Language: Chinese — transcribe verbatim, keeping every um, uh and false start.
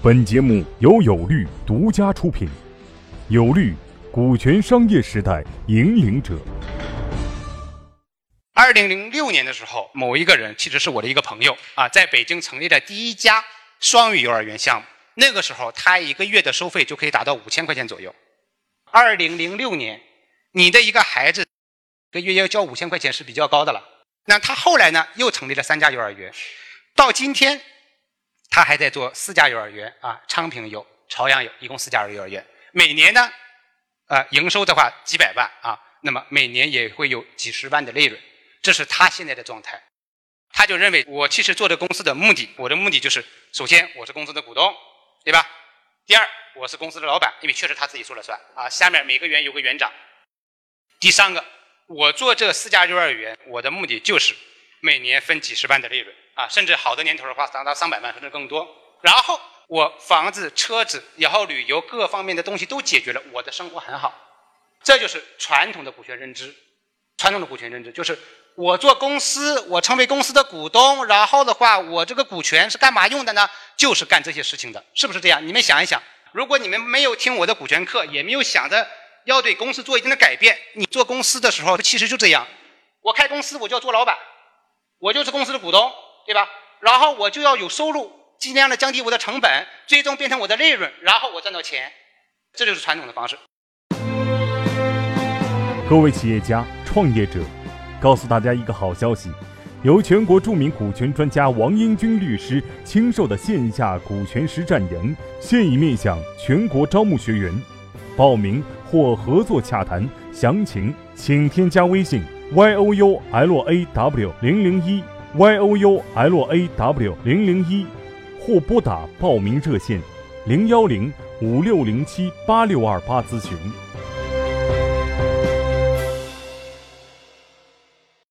本节目由有律独家出品，有律，股权商业时代引领者。 二零零六年的时候，某一个人其实是我的一个朋友啊，在北京成立了第一家双语幼儿园项目。那个时候，他一个月的收费就可以达到五千块钱左右。二零零六年，你的一个孩子一个月要交五千块钱是比较高的了。那他后来呢，又成立了三家幼儿园，到今天，他还在做四家幼儿园啊，昌平有，朝阳有，一共四家幼儿园。每年呢，呃，营收的话几百万啊，那么每年也会有几十万的利润。这是他现在的状态。他就认为我其实做这公司的目的，我的目的就是首先我是公司的股东，对吧？第二，我是公司的老板，因为确实他自己说了算啊，下面每个园有个园长。第三个，我做这四家幼儿园，我的目的就是每年分几十万的利润啊，甚至好的年头的话达到上百万甚至更多。然后我房子、车子，然后旅游各方面的东西都解决了，我的生活很好。这就是传统的股权认知。传统的股权认知就是我做公司，我成为公司的股东，然后的话我这个股权是干嘛用的呢？就是干这些事情的，是不是这样？你们想一想，如果你们没有听我的股权课，也没有想着要对公司做一定的改变，你做公司的时候其实就这样，我开公司我就要做老板，我就是公司的股东，对吧？然后我就要有收入，尽量的降低我的成本，最终变成我的利润，然后我赚到钱，这就是传统的方式。 各位企业家、创业者，告诉大家一个好消息，由全国著名股权专家王英军律师亲授的线下股权实战营现已面向全国招募学员，报名或合作洽谈详情请添加微信 y o u l a w 零零一 y o u l a w 零零一，或拨打报名热线零幺零五六零七八六二八咨询。